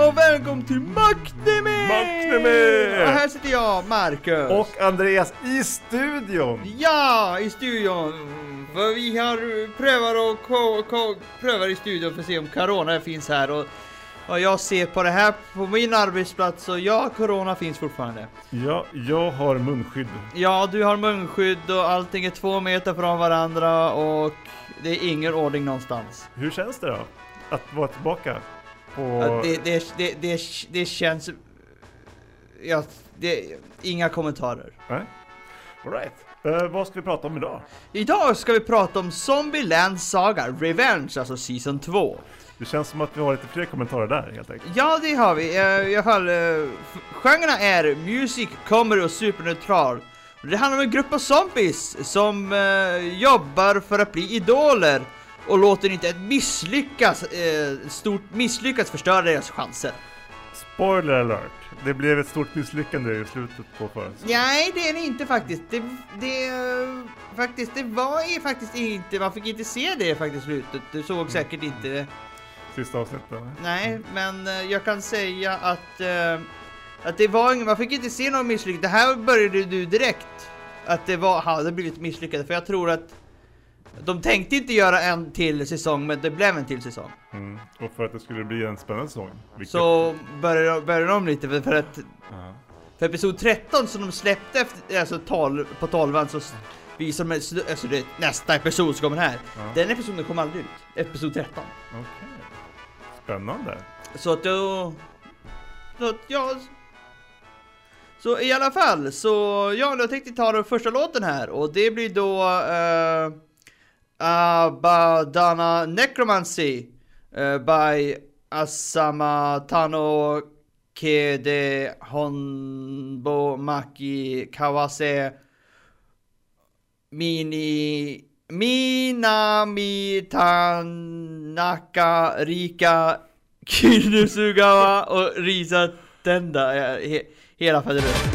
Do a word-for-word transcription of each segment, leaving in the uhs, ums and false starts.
och välkommen till Maktneme! Maktneme! Och här sitter jag, Marcus. Och Andreas i studion. Ja, i studion. För vi har prövat och ko- ko- prövar i studion för att se om corona finns här. Och, och jag ser på det här på min arbetsplats och ja, corona finns fortfarande. Ja, jag har munskydd. Ja, du har munskydd och allting är två meter från varandra och det är ingen ordning någonstans. Hur känns det då? Att vara tillbaka på... Ja, det, det, det, det, det känns... Ja, det, inga kommentarer. Nej. All right. Uh, vad ska vi prata om idag? Idag ska vi prata om Zombieland Saga Revenge, alltså Season två. Det känns som att vi har lite fler kommentarer där helt enkelt. Ja, det har vi. Uh, I alla fall, uh, genrerna är music, comedy och superneutral. Det handlar om en grupp av zombies som uh, jobbar för att bli idoler och låter inte ett misslyckas, uh, stort misslyckas förstöra deras chanser. Spoiler alert. Det blev ett stort misslyckande i slutet på förra. Nej, det är det inte faktiskt. Det, det, faktiskt, det var ju faktiskt inte, man fick inte se det faktiskt slutet. Du såg mm. säkert inte det. Sista avsnittet, eller? Nej, men jag kan säga att, uh, att det var ingen, man fick inte se någon misslyckande. Det här började du direkt. Att det var, hade blivit misslyckande. För jag tror att de tänkte inte göra en till säsong, men det blev en till säsong. Mm. Och för att det skulle bli en spännande säsong. Vilket... Så började, började de lite för, för att uh-huh. för episod tretton som de släppte efter, alltså tolv, på tolvan så visar de alltså det, nästa episod som kommer här. Uh-huh. Den episoden kom aldrig ut. Episod tretton. Okej. Okay. Spännande. Så att då... Så att jag... Så i alla fall, så ja, jag tänkte ta den första låten här. Och det blir då... Uh, Abadana Necromancy uh, by Asama Tano Kede Honbo Maki Kawase Mini Minami Tanaka Rika Kinusugawa och Risa Tenda. He, hela faderen.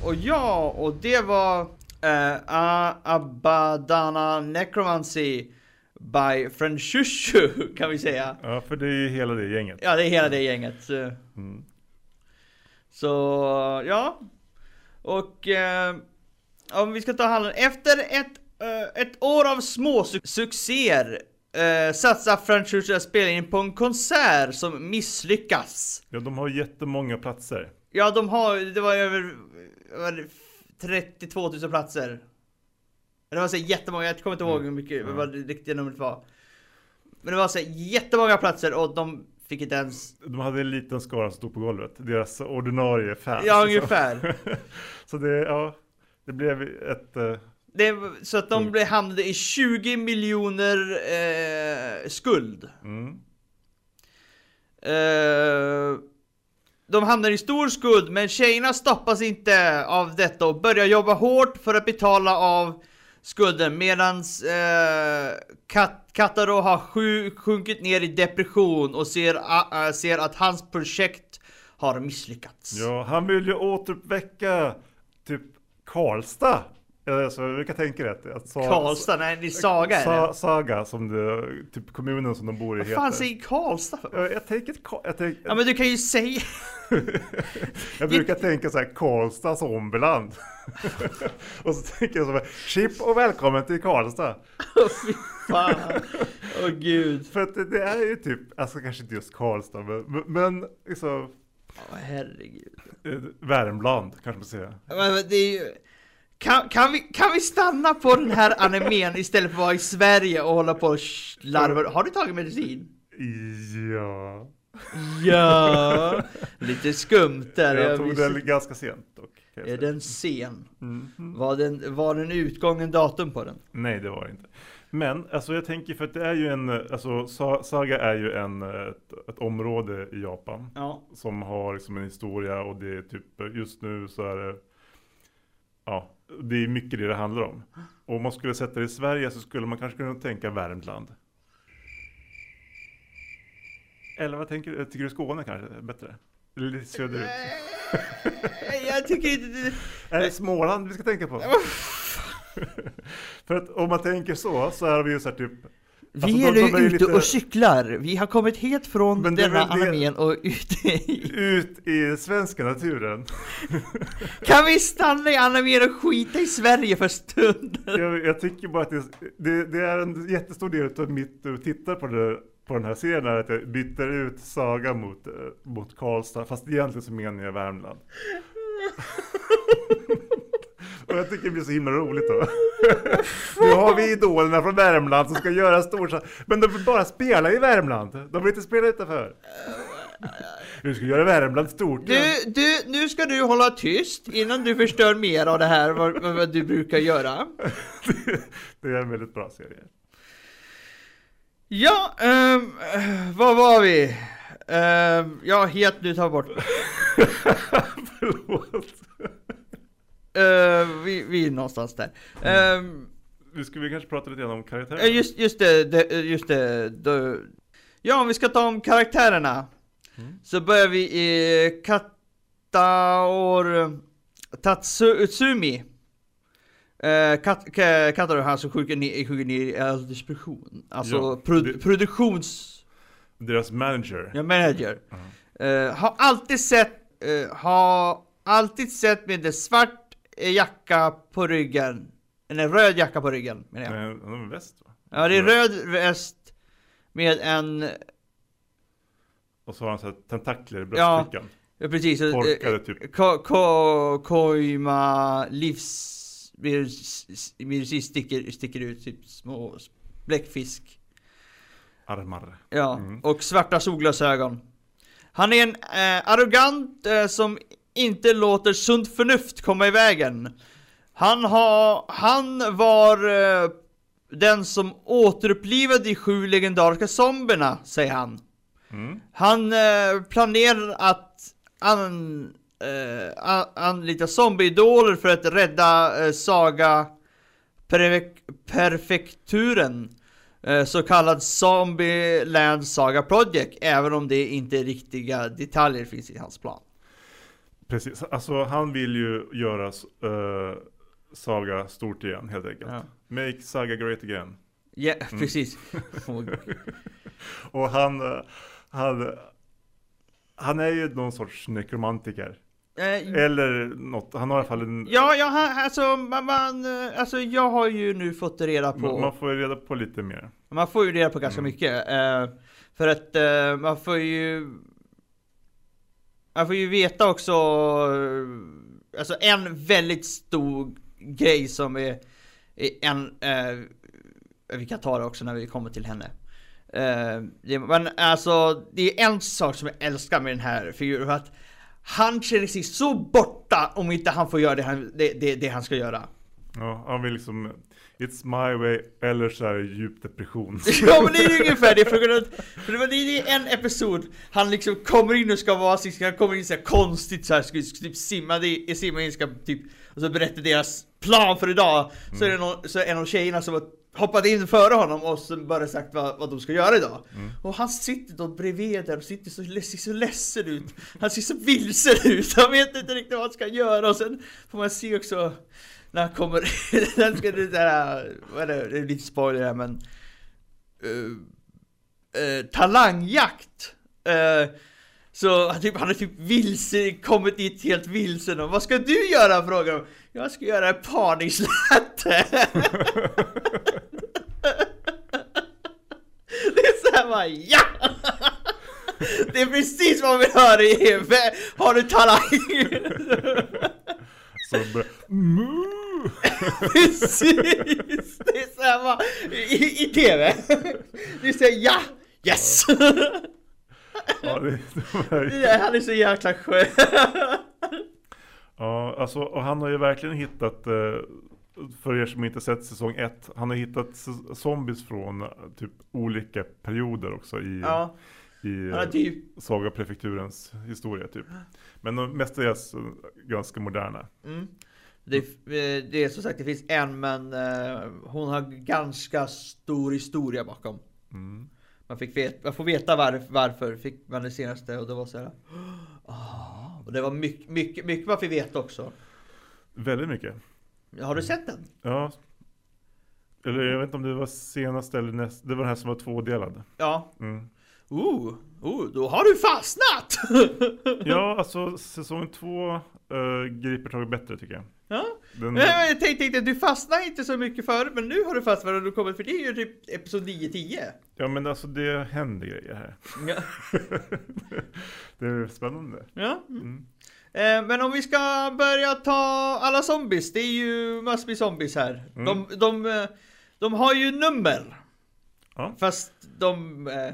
och ja, och det var uh, Abadana Necromancy by Franchushu, kan vi säga. Ja, för det är ju hela det gänget. Ja, det är hela det gänget. Mm. Så, ja. Och uh, om vi ska ta handen. Efter ett, uh, ett år av små su- succéer uh, satsar Franchushu att spela in på en konsert som misslyckas. Ja, de har jättemånga platser. Ja, de har, det var över var trettiotvå tusen platser. Det var så jättemånga, jag kommer inte ihåg hur mycket, Mm. vad det riktiga numret var. Men det var så jättemånga platser och de fick inte ens... De hade en liten skara som stod på golvet. Deras ordinarie fans. Ja, ungefär. Så det, ja, det blev ett... Uh... Det, så att de Mm. blev hamnade i tjugo miljoner eh, skuld. Mm. Eh, de hamnar i stor skuld, men tjejerna stoppas inte av detta och börjar jobba hårt för att betala av skulden, medans eh, Kat- Kataro har sju, sjunkit ner i depression och ser, uh, ser att hans projekt har misslyckats. Ja, han vill ju återuppväcka typ Karlstad. Alltså, vi kan tänka rätt. Att sa- Karlstad, nej det är Saga sa- eller? Saga, som det, typ kommunen som de bor i Vad heter. fan säger Karlstad för? Ja, jag tänker, jag, tänker Ja, men du kan ju säga... jag brukar tänka så här, Karlstad Zombieland. Och så tänker jag så här, chip och välkommen till Karlstad. Åh fy fan. Åh gud. För att det, det är ju typ, alltså kanske inte just Karlstad, men, men liksom, Åh herregud. eh, Värmland kanske man säger. Men det är ju... Kan, kan, vi, kan vi stanna på den här animen istället för att vara i Sverige och hålla på och larva? Har du tagit medicin? Ja. Ja. Lite skumt där. Jag Jag tog visste- den ganska sent dock. kan jag Är säga. den sen? Mhm. Var den, var den utgången datum på den? Nej, det var det inte. Men alltså jag tänker, för att det är ju en, alltså Sa- Saga är ju en, ett, ett område i Japan Ja. som har liksom en historia, och det är typ, just nu så är det, ja, det är mycket det det handlar om. Och om man skulle sätta det i Sverige så skulle man kanske kunna tänka Värmland. Eller vad tänker du? Tycker du Skåne kanske är bättre? Eller lite söderut? Jag tycker inte det... Är det Småland vi ska tänka på? För att om man tänker så, så är vi ju så här typ... Vi alltså, är de- nu de är ju ute lite- och cyklar. Vi har kommit helt från Men det är denna väl det- animen och ute i... Ut i svenska naturen. Kan vi stanna i animen och skita i Sverige för stunden? Jag, jag tycker bara att det, det, det är en jättestor del av mitt att titta på, det, på den här serien, är att jag byter ut Saga mot, eh, mot Karlstad. Fast egentligen så menar jag Värmland. Och jag tycker det blir så himla roligt då. Nu har vi idolerna från Värmland som ska göra stor... Men de vill bara spela i Värmland. De vill inte spela utanför. Du ska göra Värmland stort. Du, du, nu ska du hålla tyst innan du förstör mer av det här vad, vad du brukar göra. Det är en väldigt bra serie. Ja, um, vad var vi? Um, ja, helt nu tar bort. Förlåt. Uh, vi, vi är någonstans där. Um, Nu ska vi kanske prata lite grann om karaktärer. uh, just, just det, det, just det, det. Ja, om vi ska ta om karaktärerna. Mm. Så börjar vi i Kataor Tatsumi. Uh, Kat, Ka- Kataor, han som sjunker ner, sjunker ner i all depression. Alltså Ja, pro, det- produktions... Deras manager. Ja, manager. Mm. Uh, har alltid sett, uh, har alltid sett med en svart jacka på ryggen. En röd jacka på ryggen, menar jag. Men de är väst, va? Ja, det är röd väst med en... Och så har han så här tentakler i Ja. bröstfickan. Ja, precis. Torkade typ. Ko, ko, koima livs... Precis sticker, sticker ut typ små bläckfisk. Armar. Ja, Mm. och svarta solglasögon. Han är en eh, arrogant eh, som inte låter sunt förnuft komma i vägen. Han har, han var eh, den som återupplivade de sju legendariska zombierna, säger han. Mm. Han eh, planerar att an, eh, an, anlita zombieidoler för att rädda eh, Saga Perfek- Perfekturen. Eh, så kallad Zombieland Saga Project, även om det inte är riktiga detaljer finns i hans plan. Precis, alltså han vill ju göra uh, Saga stort igen helt enkelt. Ja. Make Saga great again. Ja, yeah, mm. precis. Och han, han, han är ju någon sorts nekromantiker. Eh, Eller något, han har i alla fall en... Ja, ja han, alltså, man, man, alltså jag har ju nu fått reda på... Man, man får ju reda på lite mer. Man får ju reda på ganska mm. mycket. Eh, för att eh, man får ju... Man får ju veta också... Alltså en väldigt stor grej som är, är en... Eh, vi kan ta det också när vi kommer till henne. Eh, det, men alltså, det är en sak som jag älskar med den här figuren. Att han känner sig så borta om inte han får göra det han, det, det, det han ska göra. Ja, han vill liksom... It's my way, eller så är det djup depression. Ja, men det är ungefär det. För, för det, var, det är en episod. Han liksom kommer in och ska vara Han kommer in så här konstigt så här, ska typ simma det, simma ska typ, och så berättar deras plan för idag. Mm. Så är det någon, så är en av tjejerna som har hoppat in före honom och så bara sagt vad, vad de ska göra idag. Mm. Och han sitter då bredvid där och sitter så, ser så ledsen ut. Han ser så vilsen ut. Han vet inte riktigt vad han ska göra. Och sen får man se också när han kommer... Den ska det där, vad är det? Det är lite spoiler här, men... Uh, uh, talangjakt. Uh, så han, typ, han har typ vilse, kommit dit helt vilsen. Och vad ska du göra? Frågar de. Jag ska göra en parningsläte. Det är så här bara, ja! Det är precis vad vi hör i har du talang? Så bara, precis! Det är så här bara, i, i tv. Det är så här, ja! Yes! Ja, det, det är... Han är så jäkla skön. Ja, alltså, och han har ju verkligen hittat, för er som inte sett säsong ett, han har hittat zombies från typ olika perioder också i, ja. i typ... Saga-prefekturens historia typ. Men de mestadels ganska moderna. Mm. Det, det är som sagt, det finns en, men uh, hon har ganska stor historia bakom. Mm. Man fick veta, man får veta var, varför fick man det senaste, och det var så här. Oh, och det var mycket, mycket, mycket man fick veta också. Väldigt mycket. Har du sett den? Ja. Eller jag vet inte om det var senast eller näst. Det var den här som var tvådelad. Ja. Mm. Oh, oh, då har du fastnat! Ja, alltså säsong två uh, griper taget bättre tycker jag. Ja. Den... Jag tänkte, tänkte att du fastnar inte så mycket för, men nu har du fastnat och du kommer, för det är ju typ episod nio tio. Ja, men alltså det händer grejer här. Ja. Det är spännande. Ja. Mm. Eh, men om vi ska börja ta alla zombies, det är ju massor med zombies här. Mm. De, de, de har ju nummer. Ja. Fast de... Eh,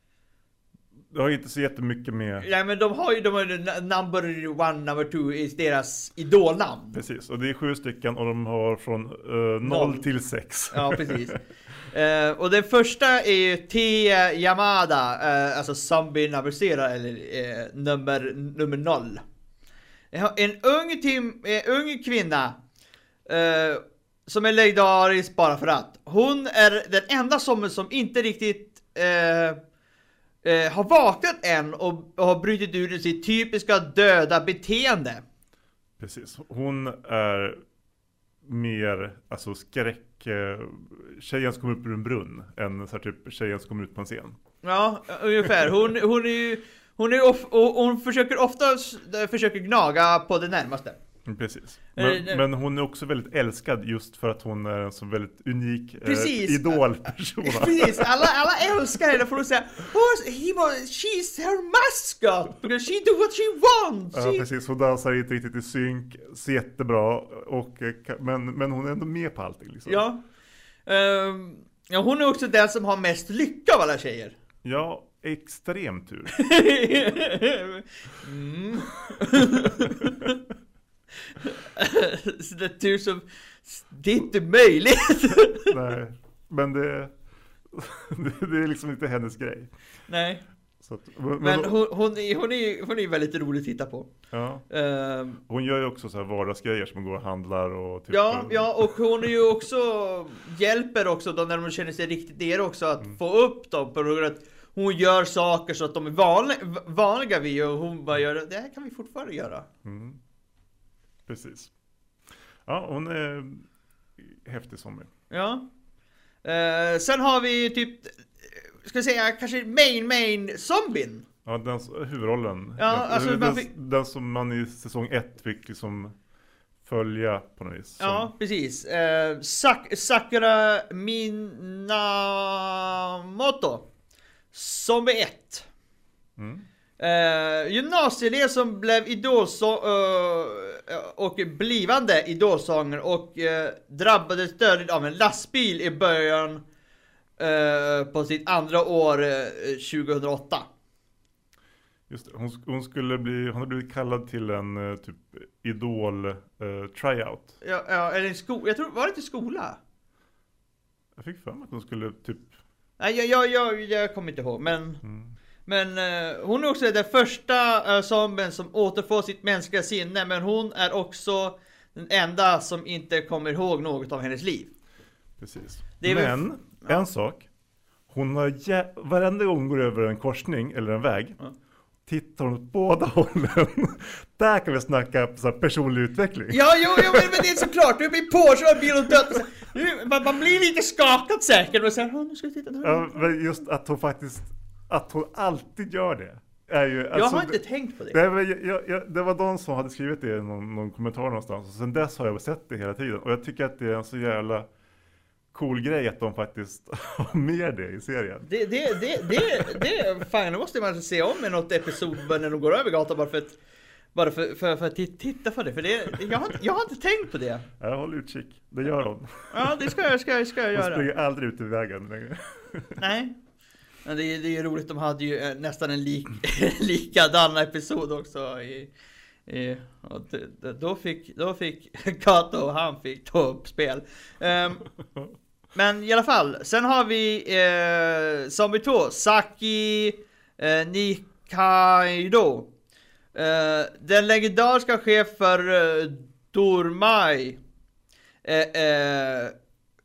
det har inte så jättemycket med... Nej, men de har ju de har number one, number two i deras idolnamn. Precis, och det är sju stycken och de har från uh, noll till sex. Ja, precis. uh, och den första är ju T. Yamada, uh, alltså zombie number zero, eller uh, nummer, nummer noll. En ung, tim, uh, ung kvinna uh, som är legendarisk bara för att. Hon är den enda zombie som inte riktigt... Uh, Uh, har vaknat än och, och har brutit ur sitt typiska döda beteende. Precis. Hon är mer alltså skräck uh, tjejen som kommer upp ur en brunn än så här, typ tjejen som kommer ut på en scen. Ja, ungefär. Hon, hon är ju hon, är of, och hon försöker ofta försöker gnaga på det närmaste. Precis. Men, men hon är också väldigt älskad just för att hon är en så väldigt unik eh, idolperson. Precis, alla, alla älskar henne för att säga oh, he was, she's her mascot because she do what she wants. Ja, precis. Hon dansar inte riktigt i synk, ser jättebra, och, men, men hon är ändå med på allting. Liksom. Ja. Um, ja, hon är också den som har mest lycka av alla tjejer. Ja, extremt tur. mm. Det tur som det är inte möjligt. Nej, men det, det är liksom inte hennes grej. Nej. Så att, men men hon, hon, är, hon, är, hon är väldigt rolig att titta på. Ja. Um, hon gör ju också så här vardagsgrejer som går och handlar och typ. Ja, ja, och hon är ju också hjälper också då när de känner sig riktigt ner också att mm. få upp dem på grund av att hon gör saker så att de är vanliga, vanliga vi och hon bara gör det här kan vi fortfarande göra. Mm. Precis. Ja, hon är häftig zombie. Ja. Uh, sen har vi typ, ska jag säga, kanske main main zombien. Ja, den huvudrollen. Ja, alltså den, man fick... den som man i säsong ett fick liksom följa på något vis. Ja, precis. Uh, Sak- Sakura Minamoto. Zombie ett. Mm. Uh, gymnasieelev som blev idolsång uh, och blivande idolsångare och uh, drabbades dödligt av en lastbil i början uh, på sitt andra år uh, tjugohundraåtta. Just det. Hon, hon skulle bli, hon hade blivit kallad till en uh, typ idol uh, tryout. Ja, ja, eller en skola. Jag tror, var det inte skola? Jag fick för mig att hon skulle typ... Nej, jag, jag, jag, jag kommer inte ihåg, men... Mm. Men uh, hon är också den första uh, zombien som återfår sitt mänskliga sinne. Men hon är också den enda som inte kommer ihåg något av hennes liv. Precis. Det är men, väl... en sak. Hon har jä... varenda gång hon går över en korsning eller en väg... Ja. Tittar hon åt båda hållen. Där kan vi snacka så här personlig utveckling. Ja, jo, jo men, men det är såklart. Du blir påkörd, bil och död. Man, man blir lite skakad säkert. Och sen, nu ska jag titta. Ja, men just att hon faktiskt... Att hon alltid gör det. Är ju, jag alltså, har inte tänkt på det. Det, jag, jag, jag, det var de som hade skrivit det i någon, någon kommentar någonstans. Och sen dess har jag sett det hela tiden. Och jag tycker att det är en så jävla cool grej att de faktiskt har med det i serien. Det, det, det, det, det fan, nu måste man se om med något episod när de går över gatan bara för att, bara för, för, för att titta för det. För det, jag, har, jag har inte tänkt på det. Jag håller utkik. Det gör de. Ja, det ska jag, ska jag, ska jag göra. De springer aldrig ut i vägen längre. Nej. Men det, det är ju roligt, de hade ju nästan en lik, likadan episod också i, i, och det, då fick då fick Kato och han fick ta upp spel. Um, men i alla fall, sen har vi eh, Zombie två, Saki eh, Nikaido. Eh, den legendariska chef för eh, Dormai eh, eh, eh,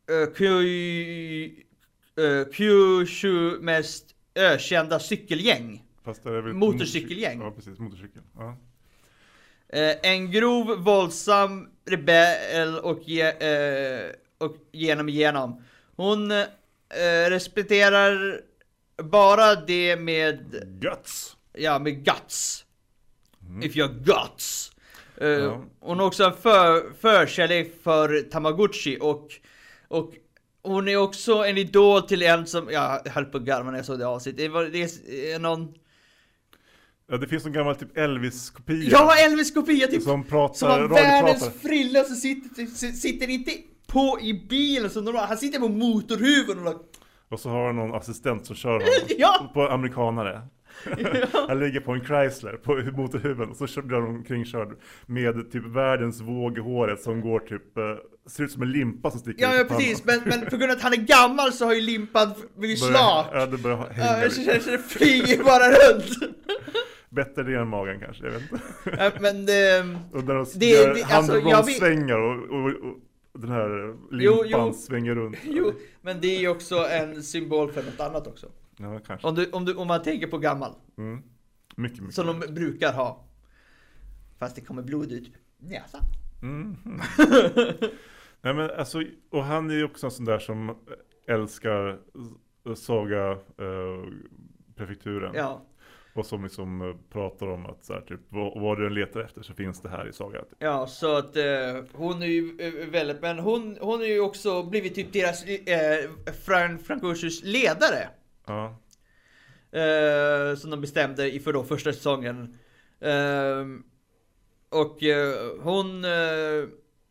Kui Uh, Kyushu mest ökända cykelgäng. Fast det är väl motorcykelgäng. Ja, precis, motorcykel. Ja. Uh, en grov, våldsam rebell och, ge, uh, och genom igenom. Hon uh, respekterar bara det med guts. Ja, med guts. Mm. If you're guts. Uh, ja. Hon har också en för, förkärlek för Tamagotchi och och hon är också en idol till en som... Ja, jag höll på att garva när jag såg det avsnitt. Det, var, det är någon... Ja, det finns en gammal typ Elvis-kopia. Ja, Elvis-kopia typ. Som pratar, som har världens frilla så sitter, sitter inte på i bilen som normalt. Han sitter på motorhuven och... Och så har han någon assistent som kör honom. Ja. På amerikanare. Ja. Han ligger på en Chrysler på motorhuven och så blir han omkringkörd med typ världens våg i håret som går typ uh, ser ut som en limpa som sticker ja, ut. Ja, precis, men, men på grund av att han är gammal så har ju limpan blivit slak. Ja, det börjar hänga. Ja, så, så det flyger bara runt. Bättre det än magen kanske, jag vet inte. Ja, men det, och där de det, gör det alltså, jag vet... svänger och, och, och den här limpan jo, jo. svänger runt. Jo, men det är ju också en symbol för något annat också. Ja, kanske. Om, du, om, du, om man tänker på gammal. Mm. Mycket, mycket. Som de brukar ha. Fast det kommer blod ut näsan. Mm. Nej, men alltså, och han är ju också en sån där som älskar Saga eh, prefekturen. Ja. Och som liksom pratar om att så här, typ, vad, vad du än letar efter så finns det här i Saga. Typ. Ja, så att eh, hon är ju eh, väldigt, men hon, hon är ju också blivit typ deras eh, Fran Francosus ledare. Ja. Eh, som de bestämde i för då första säsongen. Eh, och eh, hon eh,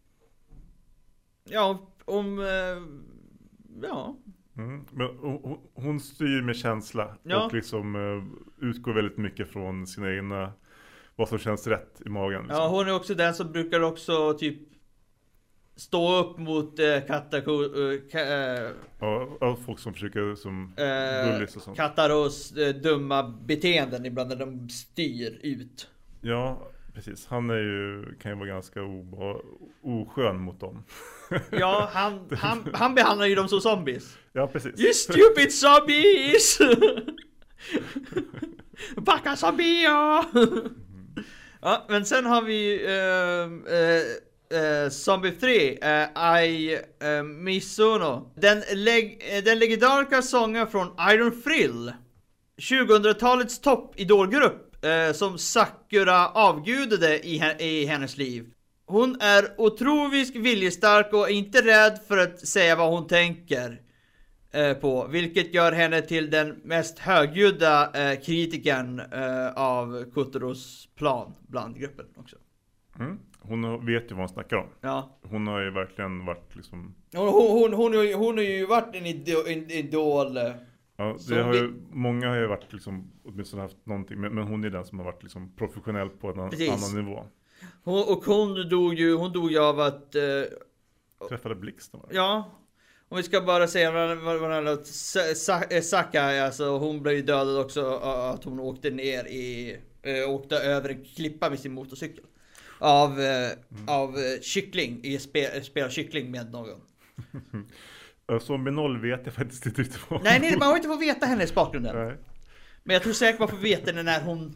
ja, om eh, ja. Mm. Men hon, hon styr med känsla ja. och liksom uh, utgår väldigt mycket från sina egna, vad som känns rätt i magen. Liksom. Ja, hon är också den som brukar också typ stå upp mot eh, Katako, eh, ka, eh, ja, folk som försöker som eh, bullis och sånt. Kataros eh, dumma beteenden ibland när de styr ut. Ja, precis. Han är ju, kan ju vara ganska oba, oskön mot dem. Ja, han, han, han behandlar ju dem som zombies. Ja, precis. You stupid zombies! Backa zombie! Ja, men sen har vi uh, uh, uh, Zombie tre, uh, Ai uh, Misono. Den, leg den legendariska sången från Iron Frill, tjugohundratalets topp-idolgrupp uh, som Sakura avgudade i, i hennes liv. Hon är otroligt viljestark och inte rädd för att säga vad hon tänker uh, på, vilket gör henne till den mest högljudda uh, kritikern uh, av Kotoros plan bland gruppen också. Mm. Hon vet ju vad hon snackar om. Ja. Hon har ju verkligen varit liksom... Hon, hon, hon, hon, hon har ju varit en idol. En idol. Ja, det har ju, många har ju varit liksom, åtminstone haft någonting, men, men hon är den som har varit liksom professionell på en Precis. annan nivå. Hon, och hon dog ju, hon dog ju av att... Uh, träffade blixten. Ja. Om vi ska bara säga vad, vad, vad, vad Sakai, alltså hon blev ju dödad också, att hon åkte ner i, uh, åkte över en klippa med sin motorcykel. Av, uh, mm. av uh, kyckling, i spel, spela kyckling med någon. Zombie noll vet jag faktiskt inte riktigt vad. Nej, nej, man har inte fått veta hennes bakgrunden. Nej. Men jag tror säkert man får veta det när hon...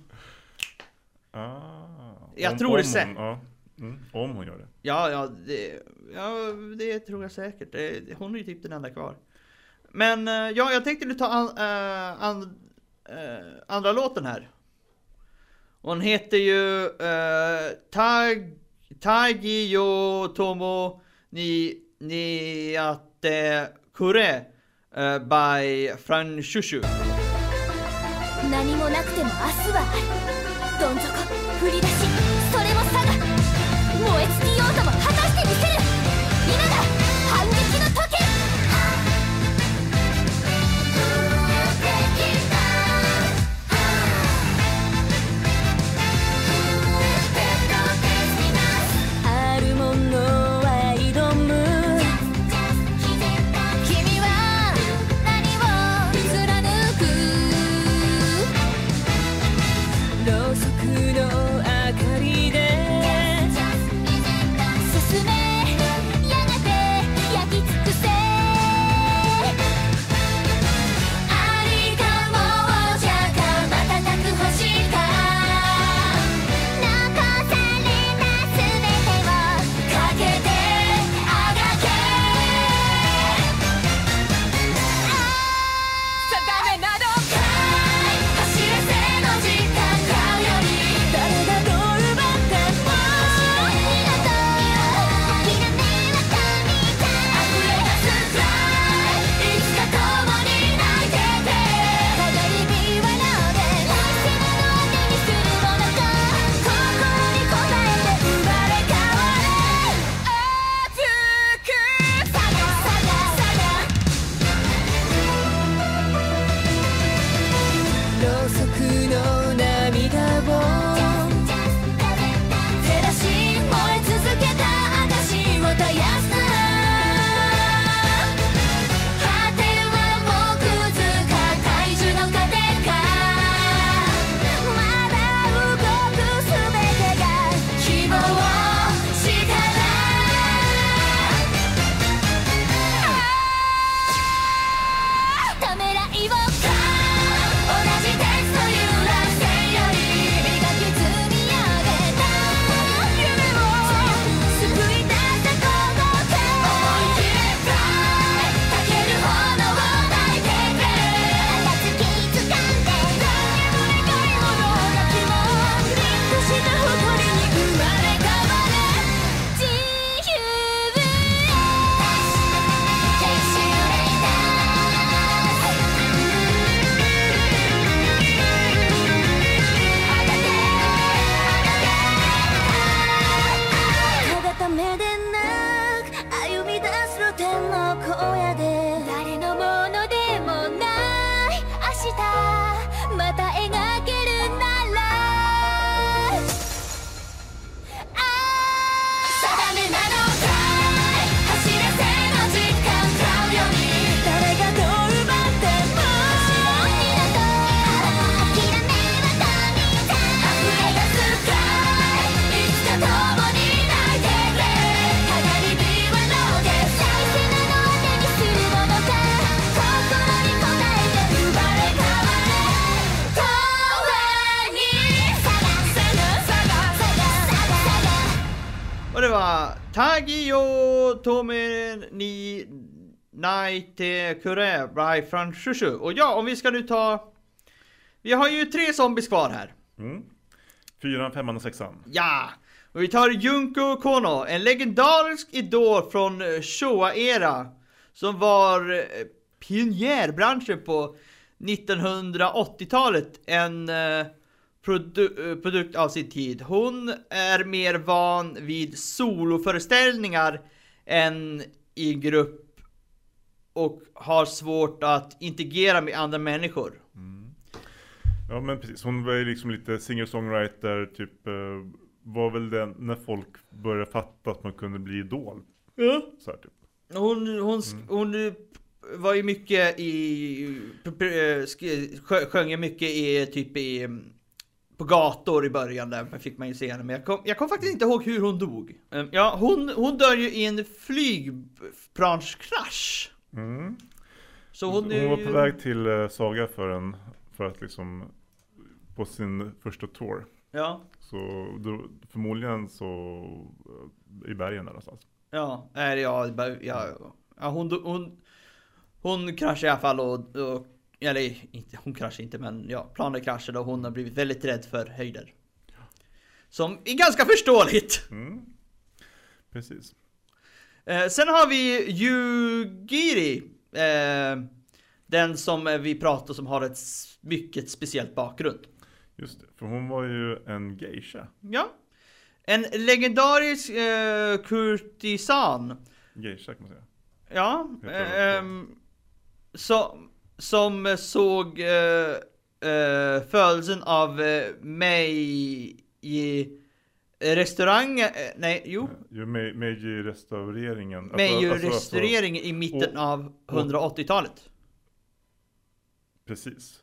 Ah, jag om, tror det om säkert. Ja. Mm, om hon gör det. Ja, ja, det, ja, det tror jag säkert. Det, hon är ju typ den enda kvar. Men ja, jag tänkte nu ta an, uh, an, uh, andra låten här. Hon heter ju uh, Tag, Tagio Tomo ni, Niate Kure uh, by Fran Shushu. 何もなくても明日はある。どん底振り出しそれも差が燃え尽きようとも果たしてみせる。今だ反撃の時。あるものは挑む。君は何を貫く。ろうそくの wa Tagio Tome ni Naite Kure by Franshushu. Och ja, om vi ska nu ta... Vi har ju tre zombies kvar här. Mm. Fyran, femman och sexan. Ja! Och vi tar Junko Kono, en legendarisk idol från Showa-era. Som var eh, pionjärbranschen på nittonhundraåttiotalet. En eh, produ- eh, produkt av sin tid. Hon är mer van vid soloföreställningar än i grupp. Och har svårt att integrera med andra människor. Mm. Ja, men precis. Hon var ju liksom lite singer-songwriter, typ... Eh, var väl den när folk började fatta att man kunde bli idol. Ja. Så här, typ. Hon, hon, mm. hon var ju mycket i... Sjöng ju mycket i, typ i... På gator i början där fick man ju se henne. Men jag kom, jag kom faktiskt inte ihåg hur hon dog. Ja, hon, hon dör ju i en flygbranschkrasch. Mm. Så hon, hon var på väg till uh, Saga för en för att liksom på sin första tour. Ja. Så då, förmodligen så uh, i bergen där någonstans. Ja, är ja, ja, ja hon hon hon kraschade i alla fall och, och eller inte hon kraschade inte men ja, planen kraschade och hon har blivit väldigt rädd för höjder. Som är ganska förståeligt. Mm. Precis. Eh, sen har vi Yugiri. Eh, den som vi pratar som har ett mycket speciellt bakgrund. Just det, för hon var ju en geisha. Ja. En legendarisk eh, kurtisan. Geisha kan man säga. Ja. Eh, som, som såg eh, eh, födelsen av eh, mig i restaurang, eh, nej, jo. Ja, Meiji-restaureringen. Meiji-restaureringen alltså, alltså, i mitten och, av hundraåttiotalet. Precis.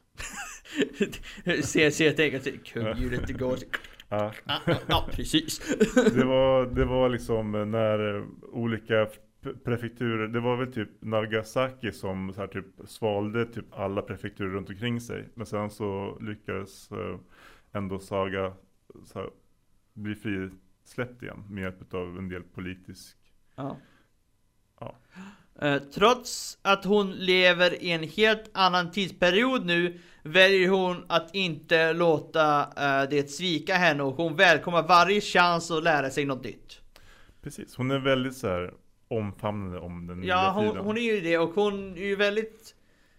ser, ser ett eget kugghjulet det går. Ja. Ja, ja, precis. det, var, det var liksom när olika prefekturer, det var väl typ Nagasaki som så här typ svalde typ alla prefekturer runt omkring sig. Men sen så lyckades ändå Saga så här, bli frisläppt igen med hjälp av en del politisk... Ja. Ja. Eh, trots att hon lever i en helt annan tidsperiod nu väljer hon att inte låta eh, det svika henne och hon välkomnar varje chans att lära sig något nytt. Precis, hon är väldigt så här omfamnande om den ja, nya hon, tiden. hon är ju det och hon är ju väldigt...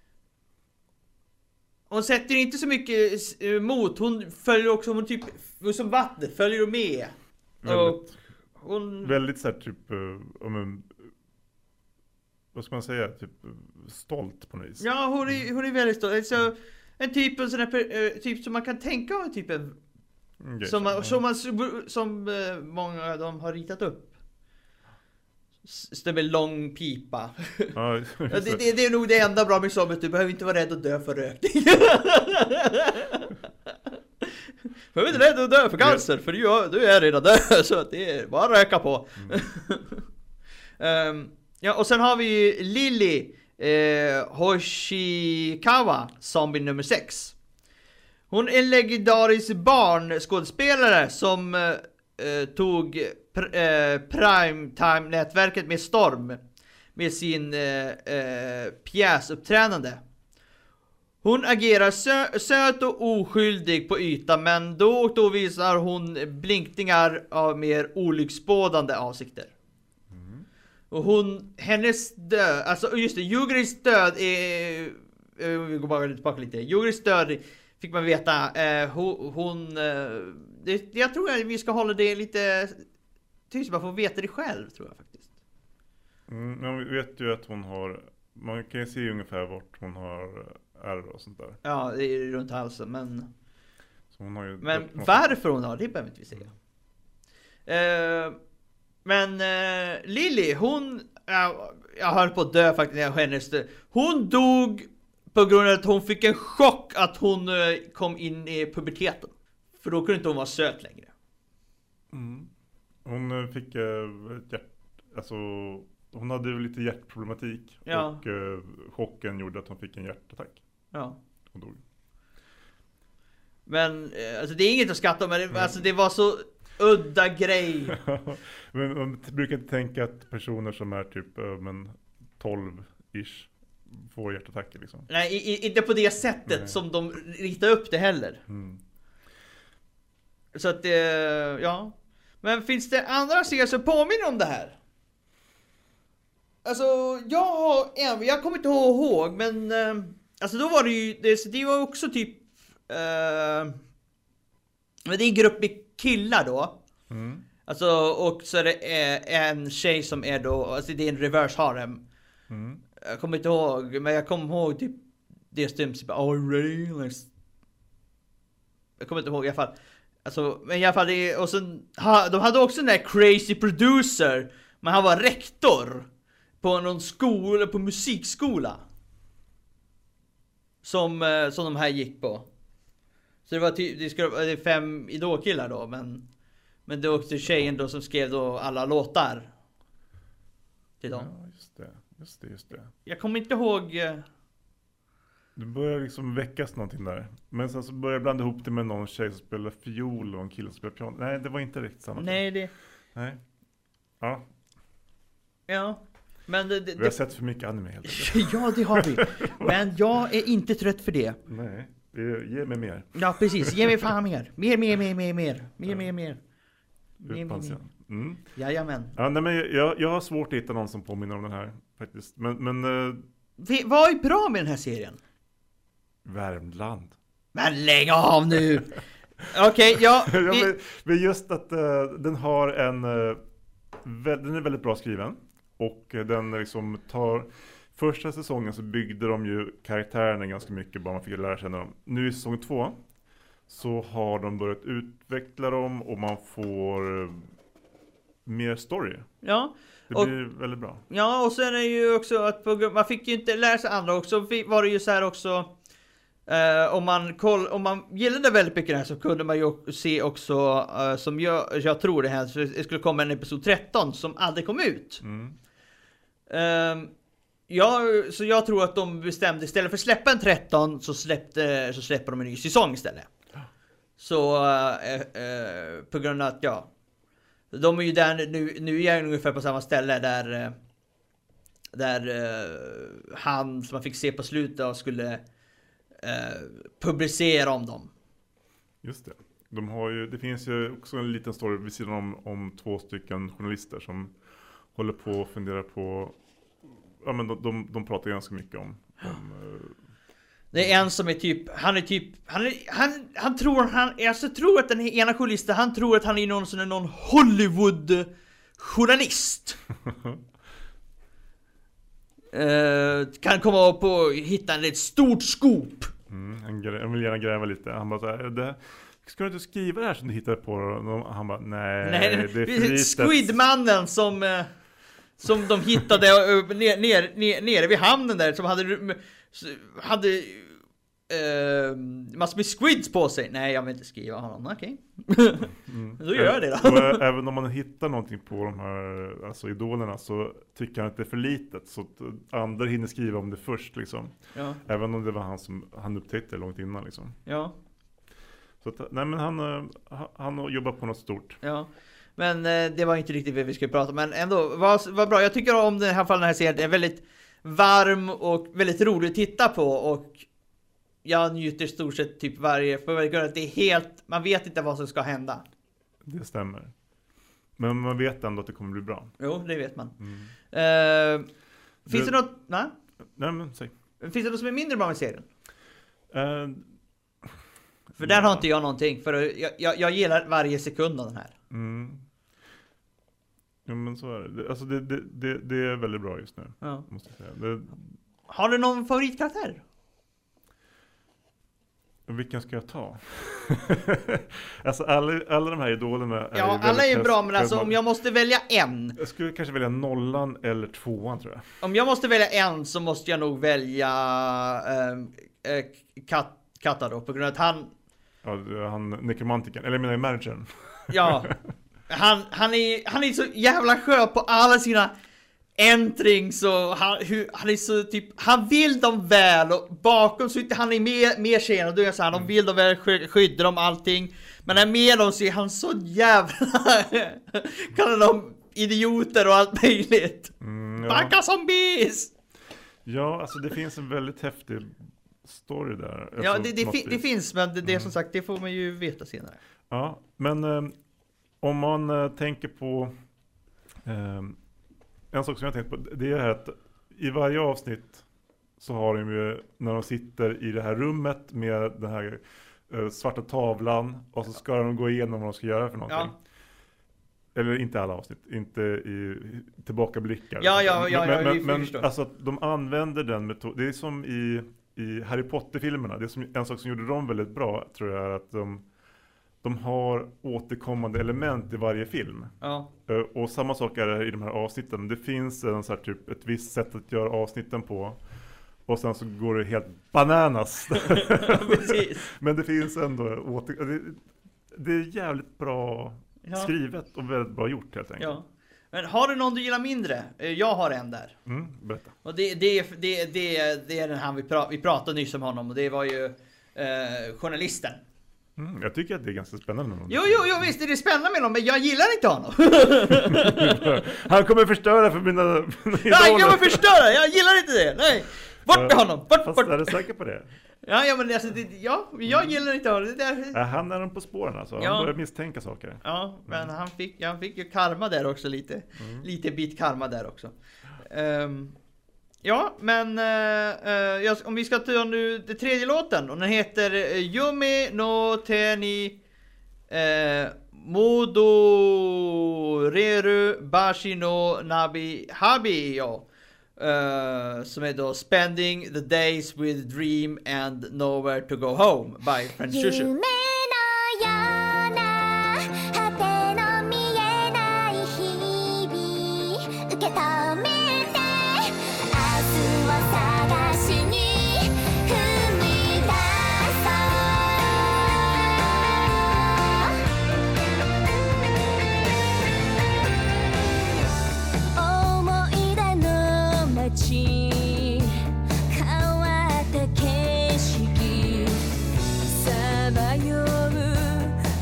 Hon sätter inte så mycket emot. Hon följer också hon typ som vattnet följer med. Väldigt, och hon... väldigt så här typ om en, vad ska man säga, typ stolt på något vis. Ja, hon är, hon är väldigt stolt. Alltså, en typ en sån här, typ som man kan tänka av typ en, okay, som, man, ja. som, man, som många av dem har ritat upp. Stämmer lång pipa. Ja, ja, det, det, det är nog det enda bra med sommar. Du behöver inte vara rädd att dö för rökning. Du behöver inte rädd att dö för cancer. För du, du är redan död. Så det är bara att röka på. Mm. um, ja, och sen har vi Lily eh, Hoshikawa, zombie nummer sex. Hon är en legendarisk barnskådespelare som eh, tog pr- eh, Primetime-nätverket med storm med sin eh, eh, pjäsuppträdande. Hon agerar sö- söt och oskyldig på ytan, men då och då visar hon blinkningar av mer olycksbådande avsikter. Mm. Och hon, hennes död, alltså just det, Yugiris död är, vi går bara tillbaka lite, Yugiris död fick man veta, eh, hon, hon eh, det, jag tror att vi ska hålla det lite tyst, bara få veta det själv, tror jag faktiskt. Mm, men vi vet ju att hon har, man kan ju se ungefär vart hon har ärr och sånt där. Ja, det är runt halsen, men så hon har ju men varför hon har det behöver inte vi säga. Mm. Uh, men uh, Lily, hon uh, jag höll på att dö faktiskt när hennes dö. Hon dog på grund av att hon fick en chock att hon uh, kom in i puberteten. För då kunde inte hon vara söt längre. Mm. Hon uh, fick uh, ett hjärt, alltså hon hade ju lite hjärtproblematik, ja. Och uh, chocken gjorde att hon fick en hjärtattack. Ja. Och dog. Men alltså det är inget att skatta om, men det, alltså det var så udda grej. Men man brukar inte tänka att personer som är typ äh, men tolv-ish får hjärtattacker liksom. Nej, i, inte på det sättet Nej. Som de ritar upp det heller. Mm. Så att det, ja. Men finns det andra serier som påminner om det här? Alltså, jag har en, jag kommer inte ihåg, men äh, alltså då var det ju, det, det var också typ äh, men det är en grupp med killar då. Mm. Alltså, och så är det en tjej som är då, alltså det är en reverse harem. Mm. Jag kommer inte ihåg, men jag kommer ihåg typ det stäms typ, oh really? Jag kommer inte ihåg i alla fall. Alltså, men i alla fall det, och sen de hade också den där crazy producer, men han var rektor på någon skola, på musikskola. Som som de här gick på. Så det var ty- det skulle det är fem idolkillar då, men men det var också tjejen då som skrev då alla låtar till dem. Ja, just det. Just det, just det. Jag kommer inte ihåg. Det börjar liksom väckas någonting där. Men sen så börjar jag blanda ihop det med någon tjej som spelar fiol och en kille som spelar piano. Nej, det var inte riktigt samma. Nej, det. Nej. Ja. Ja. Men det, det, vi har sett för mycket anime helt enkelt. Ja, det har vi. Men jag är inte trött för det. Nej, ge mig mer. Ja, precis. Ge mig fan mer. Mer, mer, mer, mer, mer. Mer, ja. mer, mer. Mer, mer, mer. Mm. Jajamän. Ja, nej, men jag, jag har svårt att hitta någon som påminner om den här faktiskt. Men, men uh... vi, vad är bra med den här serien? Värmland. Men lägg av nu. Okej, okay, ja. Vi... ja men, men just att uh, den har en uh, vä- den är väldigt bra skriven. Och uh, den liksom tar första säsongen så byggde de ju karaktärerna ganska mycket, bara man fick lära känna dem. Nu i säsong två så har de börjat utveckla dem och man får uh, mer story. Ja. Det och, blir väldigt bra. Ja, och sen är det ju också att på, man fick ju inte lära sig andra också. Var det ju så här också eh, om man koll, om man gillade väldigt mycket det här så kunde man ju se också eh, som jag, jag tror det här så det skulle komma en episod tretton som aldrig kom ut. Mm. Eh, ja, så jag tror att de bestämde istället för att släppa en tretton så släppte så släpper de en ny säsong istället. Så eh, eh, på grund av att ja de är ju där nu, nu är jag ungefär på samma ställe där där uh, han som man fick se på slutet skulle uh, publicera om dem. Just det. De har ju, det finns ju också en liten story vid sidan om, om två stycken journalister som håller på och funderar på, ja men de, de, de pratar ganska mycket om, om uh, det är en som är typ, han är typ, han, är, han, han tror, han, alltså tror att den ena journalisten, han tror att han är någon sån är någon Hollywood-journalist. uh, kan komma upp och hitta ett stort scoop. Mm, han, han vill gärna gräva lite. Han bara så här, det, ska du inte skriva det här som du hittade på? Och han bara, nej, nej det är för litet. Squidmannen som... Uh, som de hittade uh, ner, ner, ner, nere vid hamnen där, som hade... hade uh, massor med squids på sig. Nej, jag vill inte skriva honom. Okej. Okay. mm. Då gör jag det då. Och även om man hittar någonting på de här alltså idolerna så tycker han att det är för litet. Så att andra hinner skriva om det först liksom. Ja. Även om det var han som han upptäckte långt innan liksom. Ja. Så att, nej men han, han jobbar på något stort. Ja. Men eh, det var inte riktigt vad vi skulle prata om. Men ändå, vad, vad bra. Jag tycker om den här fallen, den här serien. Den är väldigt varm och väldigt rolig att titta på. Och jag njuter i stort sett typ varje... För att det är helt... Man vet inte vad som ska hända. Det stämmer. Men man vet ändå att det kommer bli bra. Jo, det vet man. Mm. Uh, finns det, det något... Nej? Nej, men säg. Finns det något som är mindre bra med serien? Uh, för där ja. har inte jag någonting. För jag, jag, jag gillar varje sekund av den här. Mm. Ja, men så är det. Alltså det, det, det, det är väldigt bra just nu. Ja. Måste jag säga. Det... Har du någon favoritkaraktär? Vilken ska jag ta? Alltså alla, alla de här idolerna är ja, ju alla är ju bra, men alltså om jag måste välja en. Jag skulle kanske välja nollan eller tvåan tror jag. Om jag måste välja en så måste jag nog välja äh, äh, Kat, Kata då, på grund av att han... Ja, han nekromantiken, eller jag menar managern. Ja, han, han, är, han är så jävla skön på alla sina äntring så han, hur, han är så typ, han vill dem väl och bakom så inte han är med, med tjejerna och då är jag så här, de vill dem väl, skydda dem allting. Men när med dem så är han så jävla kallar dem idioter och allt möjligt. Mm, ja. Backa zombies! Ja, alltså det finns en väldigt häftig story där. Ja, alltså, det, det, fi- det finns, men det, det mm. som sagt, det får man ju veta senare. Ja, men eh, om man eh, tänker på eh, en sak som jag tänkt på, det är att i varje avsnitt så har de ju, när de sitter i det här rummet med den här eh, svarta tavlan och så ska de gå igenom vad de ska göra för någonting. Ja. Eller inte alla avsnitt, inte i tillbakablickar. Ja, ja, ja, men, ja, men, men alltså att de använder den metoden. Det är som i, i Harry Potter-filmerna. Det är som, en sak som gjorde dem väldigt bra, tror jag, är att de, de har återkommande element i varje film. Ja. Och samma sak är det i de här avsnitten. Det finns en så här, typ, ett visst sätt att göra avsnitten på. Och sen så går det helt bananas. Men det finns ändå åter... Det, det är jävligt bra... Ja. Skrivet och väldigt bra gjort helt enkelt. Ja. Men har du någon du gillar mindre? Jag har en där. Mm, berätta. Och det, det, det, det, det är den här vi, pra, vi pratade nyss om honom. Och det var ju eh, journalisten. Mm, jag tycker att det är ganska spännande. Jo, jo, jo, visst är det spännande med honom. Men jag gillar inte honom. Han kommer förstöra för mina, mina idoler. Han kommer förstöra, jag gillar inte det. Nej, bort med honom. Bort, Fast bort. är du säker på det? Ja, ja, men alltså, det, ja, jag gillar inte honom. Det där... ja, han är på spåren alltså. Ja. Han börjar misstänka saker. Ja, men mm. han, fick, han fick ju karma där också lite. Mm. Lite bit karma där också. Um, ja, men uh, uh, om vi ska ta nu den tredje låten. Och den heter Yume no Teni uh, Modo Reru Bashi no Nabi Habi yo. Uh, som är då Spending the Days with Dream and Nowhere to Go Home by French Shushu. 「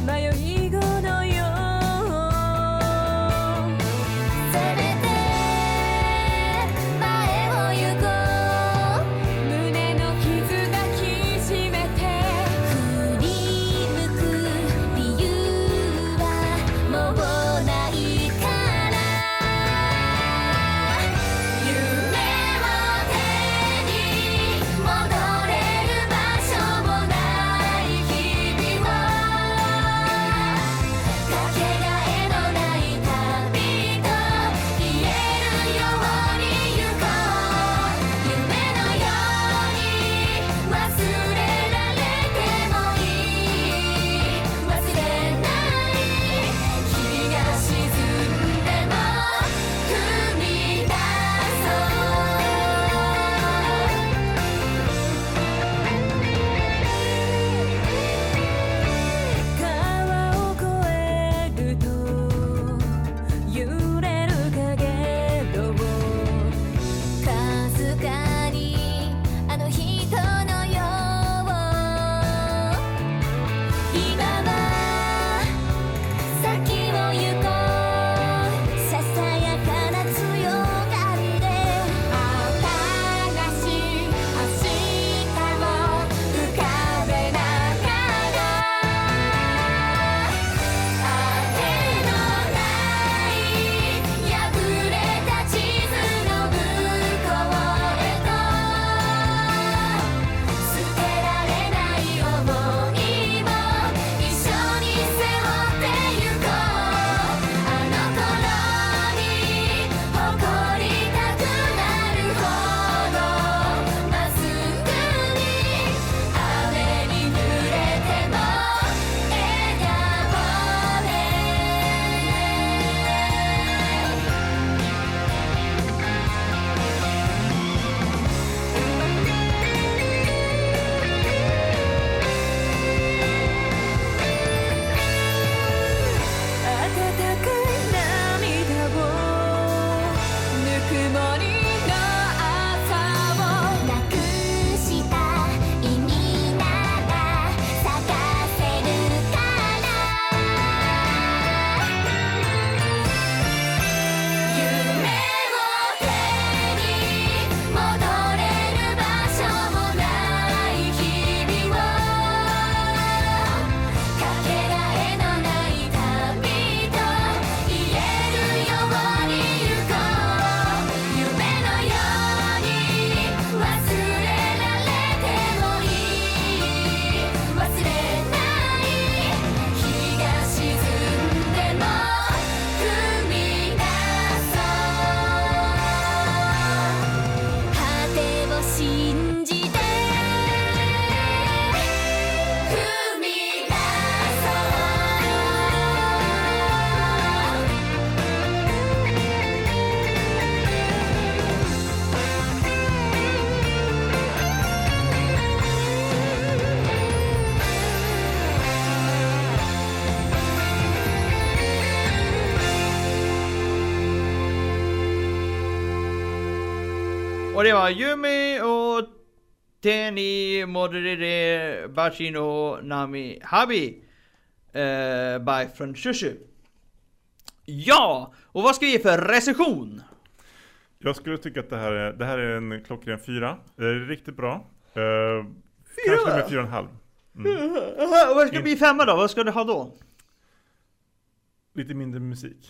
Och det var Yumi och Teni Modere Bachino Nami Habi eh, by från Shushu. Ja, och vad ska vi ge för recension? Jag skulle tycka att det här är, det här är en klockren fyra. Det är riktigt bra. Uh, kanske med fyra och en halv. Mm. Och vad ska det bli femma då? Vad ska du ha då? Lite mindre musik.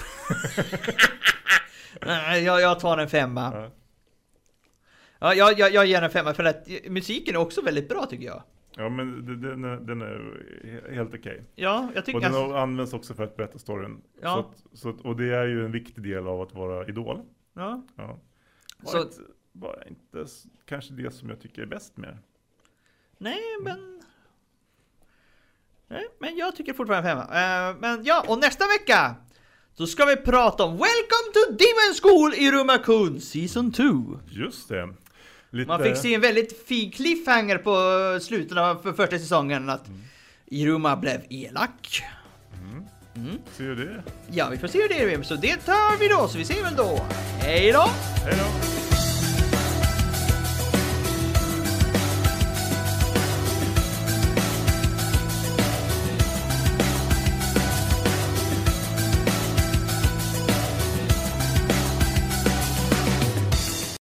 Nej, jag, jag tar en femma. Ja. Ja, jag, jag, jag ger en femma för att musiken är också väldigt bra tycker jag. Ja, men den är, den är helt okej. Okay. Ja, jag tycker och den att... används också för att berätta storyn. Ja. Så att, så att, och det är ju en viktig del av att vara idol. Ja. Ja. Bara, Så... inte, bara inte kanske det som jag tycker är bäst med. Nej, men... Nej, men jag tycker fortfarande femma. Uh, men ja, och nästa vecka så ska vi prata om Welcome to Demon School i Iruma-kun Season två. Just det. Lite... Man fick se en väldigt fin cliffhanger på slutet av för första säsongen att mm. Iruma blev elak. Mm. Mm. Ser du det? Ja, vi får se hur det är. Så det tar vi då, så vi ser väl då. Hej då! Hej då!